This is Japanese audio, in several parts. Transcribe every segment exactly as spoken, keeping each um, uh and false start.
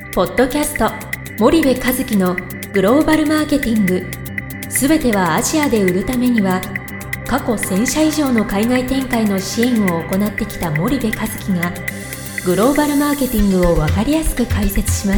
ポッドキャスト森部一樹のグローバルマーケティング、すべてはアジアで売るためには、過去せん社以上の海外展開の支援を行ってきた森部一樹がグローバルマーケティングを分かりやすく解説します。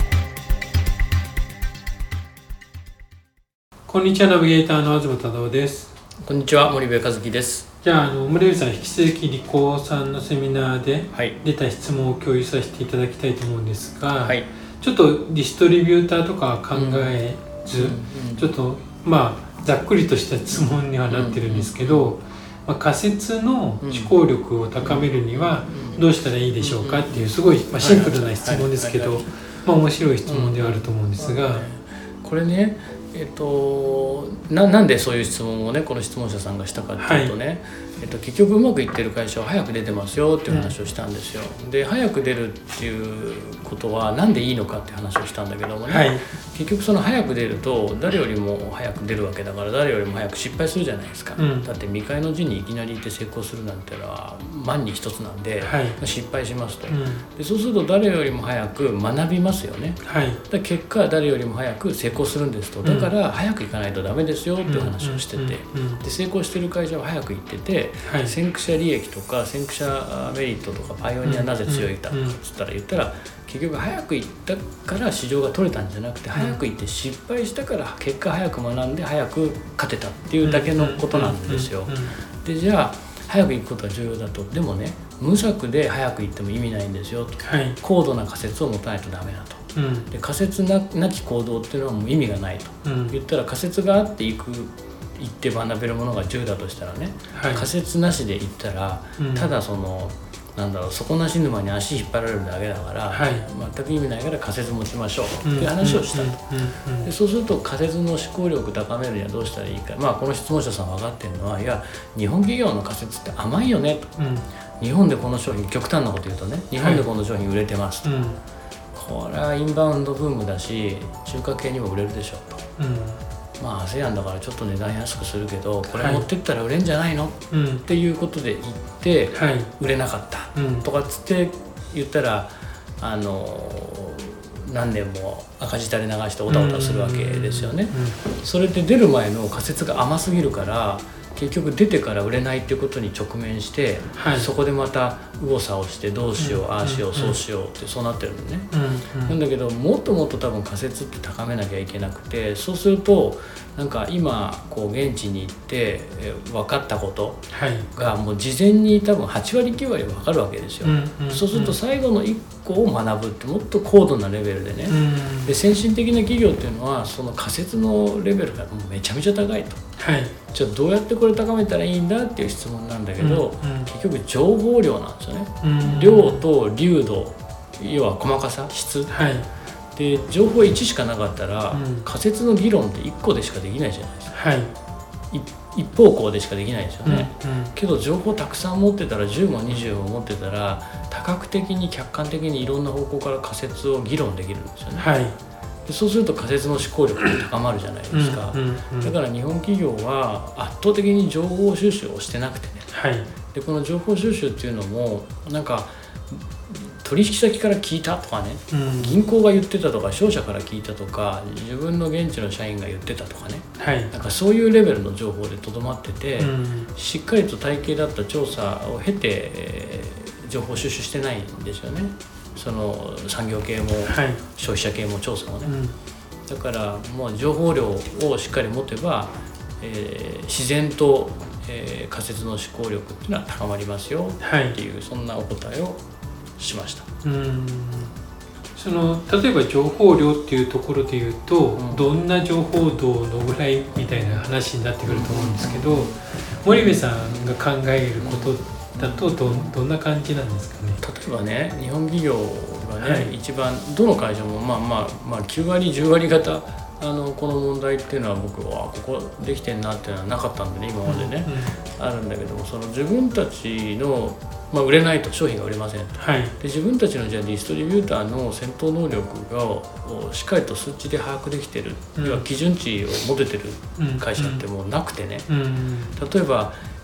こんにちは、ナビゲーターの東忠夫です。 こんにちは、森部一樹です。 じゃあ、あの森部さん、引き続きリコさんのセミナーで出た質問を共有させていただきたいと思うんですが、はい、ちょっとディストリビューターとかは考えず、うんうん、ちょっとまあざっくりとした質問にはなってるんですけど、うんうんまあ、仮説の思考力を高めるにはどうしたらいいでしょうかっていうすごい、まあ、シンプルな質問ですけど、まあ、面白い質問ではあると思うんですが、 これね、えっと、な, なんでそういう質問をねこの質問者さんがしたかっていうとね、はいえっと、結局うまくいってる会社は早く出てますよっていう話をしたんですよ、うん、で早く出るっていうことはなんでいいのかって話をしたんだけどもね、はい、結局その早く出ると誰よりも早く出るわけだから誰よりも早く失敗するじゃないですか、うん、だって未開の字にいきなりいて成功するなんてのは万に一つなんで、はい、失敗しますと、うん、でそうすると誰よりも早く学びますよね、はい、だ結果誰よりも早く成功するんですと、だから早く行かないとダメですよっていう話をしてて、で成功してる会社は早く行ってて、はい、先駆者利益とか先駆者メリットとかパイオニアなぜ強いかってつったら言ったら、結局早く行ったから市場が取れたんじゃなくて、早く行って失敗したから結果早く学んで早く勝てたっていうだけのことなんですよ。でじゃあ早く行くことが重要だと、でもね無策で早く行っても意味ないんですよと、はい、高度な仮説を持たないとダメだと、うん、で仮説 な, なき行動っていうのはもう意味がないと、うん、言ったら仮説があっていく行って学べるものがじゅうだとしたらね、はい、仮説なしで行ったら、うん、ただそのなんだろう底なし沼に足引っ張られるだけだから、はい、全く意味ないから仮説持ちましょうっていう話をしたと。でそうすると仮説の思考力高めるにはどうしたらいいか、まあ、この質問者さん分かってるのは、いや日本企業の仮説って甘いよねと、うん、日本でこの商品極端なこと言うとね日本でこの商品売れてますと、はいうん、これはインバウンドブームだし中華系にも売れるでしょうと、うんまあ アセアン だからちょっと値段安くするけどこれ持ってったら売れんじゃないの、はい、っていうことで言って、はい、売れなかった、うん、とかっつって言ったらあの何年も赤字垂れ流してオタオタするわけですよね、うんうん、それで出る前の仮説が甘すぎるから結局出てから売れないっていうことに直面して、はい、そこでまた右往左往してどうしよう、うん、ああしよう、うん、そうしようってそうなってるのね、うんうん、なんだけどもっともっと多分仮説って高めなきゃいけなくて、そうするとなんか今こう現地に行って分かったことがもう事前に多分はちわりきゅうわり分かるわけですよ、うんうんうん、そうすると最後のいっこを学ぶってもっと高度なレベルでね、うん、で先進的な企業っていうのはその仮説のレベルがもうめちゃめちゃ高いと、はい、じゃあどうやってこれ高めたらいいんだっていう質問なんだけど、うんうん、結局情報量なんですよね、うん、量と流度要は細かさ質、はいで情報いちしかなかったら、うん、仮説の議論っていっこでしかできないじゃないですか、はい、一方向でしかできないですよね、うんうん、けど情報たくさん持ってたらじゅうもにじゅうも持ってたら多角的に客観的にいろんな方向から仮説を議論できるんですよね、はい、でそうすると仮説の思考力って高まるじゃないですか、うんうんうん、だから日本企業は圧倒的に情報収集をしてなくてね、はい、でこの情報収集っていうのもなんか取引先から聞いたとかね、うん、銀行が言ってたとか商社から聞いたとか自分の現地の社員が言ってたとかね、はい、なんかそういうレベルの情報でとどまってて、うん、しっかりと体系だった調査を経て、えー、情報収集してないんですよね、その産業系も、はい、消費者系も調査もね、うん、だからもう情報量をしっかり持てば、えー、自然と、えー、仮説の思考力っていうのは高まりますよっていう、はい、そんなお答えをしました。 うんその例えば情報量っていうところでいうと、うん、どんな情報度のぐらいみたいな話になってくると思うんですけど、うん、森部さんが考えることだと ど, どんな感じなんですかね。 例えばね日本企業がね、はい、一番どの会社もまあまあまあきゅうわりじゅうわり方あのこの問題っていうのは僕はここできてんなっていうのはなかったんでね今までね、うんうん、あるんだけどもその自分たちのまあ、売れないと商品が売れませんと、はい、で自分たちのじゃあディストリビューターの戦闘能力がしっかりと数値で把握できてる、うん、要は基準値を持ててる会社ってもうなくてね、うん、例えば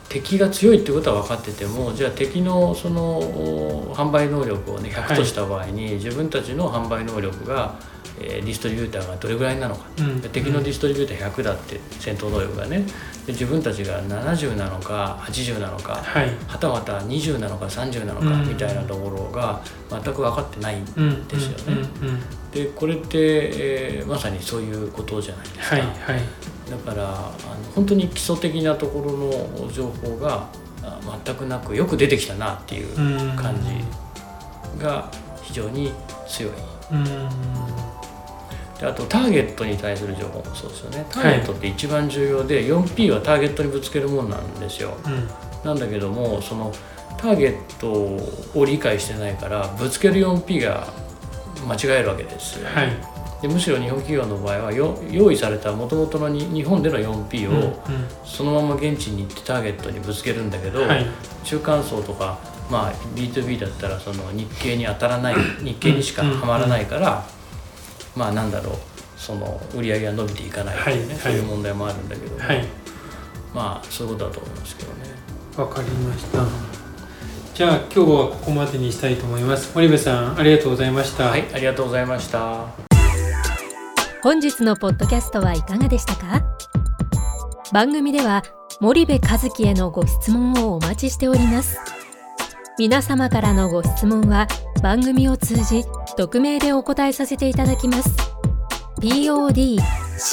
敵が強いってことは分かってても、じゃあ敵のその販売能力をねひゃくとした場合に、はい、自分たちの販売能力が、えー、ディストリビューターがどれぐらいなのか、うん、敵のディストリビューターひゃくだって戦闘能力がね、で自分たちがななじゅうなのかはちじゅうなのか、はい、はたまたにじゅうなのかさんじゅうなのかみたいなところが全く分かってないんですよね。でこれって、えー、まさにそういうことじゃないですか。はいはい、だからあの本当に基礎的なところの情報が全くなくよく出てきたなっていう感じが非常に強い。うんであとターゲットに対する情報もそうですよね。ターゲットって一番重要で、はい、よんピー はターゲットにぶつけるもんなんですよ。うん、なんだけどもそのターゲットを理解してないからぶつける よんピー が間違えるわけですよ、ね。はい、でむしろ日本企業の場合はよ用意された元々のに日本での よんピー をそのまま現地に行ってターゲットにぶつけるんだけど、はい、中間層とか、まあ、ビーツービー だったらその日経に当たらない日経にしかはまらないから、まあなんだろうその売り上げが伸びていかないというね、はい、そういう問題もあるんだけど、はい、まあそういうことだと思いますけどね。 わかりました。じゃあ今日はここまでにしたいと思います。森部さんありがとうございました。 はい、ありがとうございました。 本日のポッドキャストはいかがでしたか？番組では森部一樹へのご質問をお待ちしております。皆様からのご質問は番組を通じ匿名でお答えさせていただきます。podcast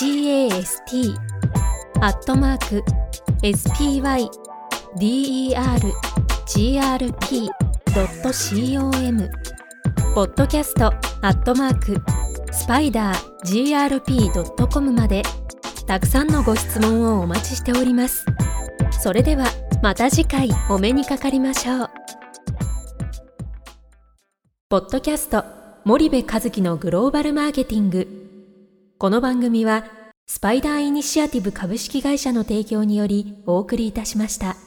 アットマーク spydergrp.com ポッドキャストアットマークスパイダー ジーアールピー ドットコム までたくさんのご質問をお待ちしております。それではまた次回お目にかかりましょう。ポッドキャスト森部一樹のグローバルマーケティング。この番組はスパイダーイニシアティブ株式会社の提供によりお送りいたしました。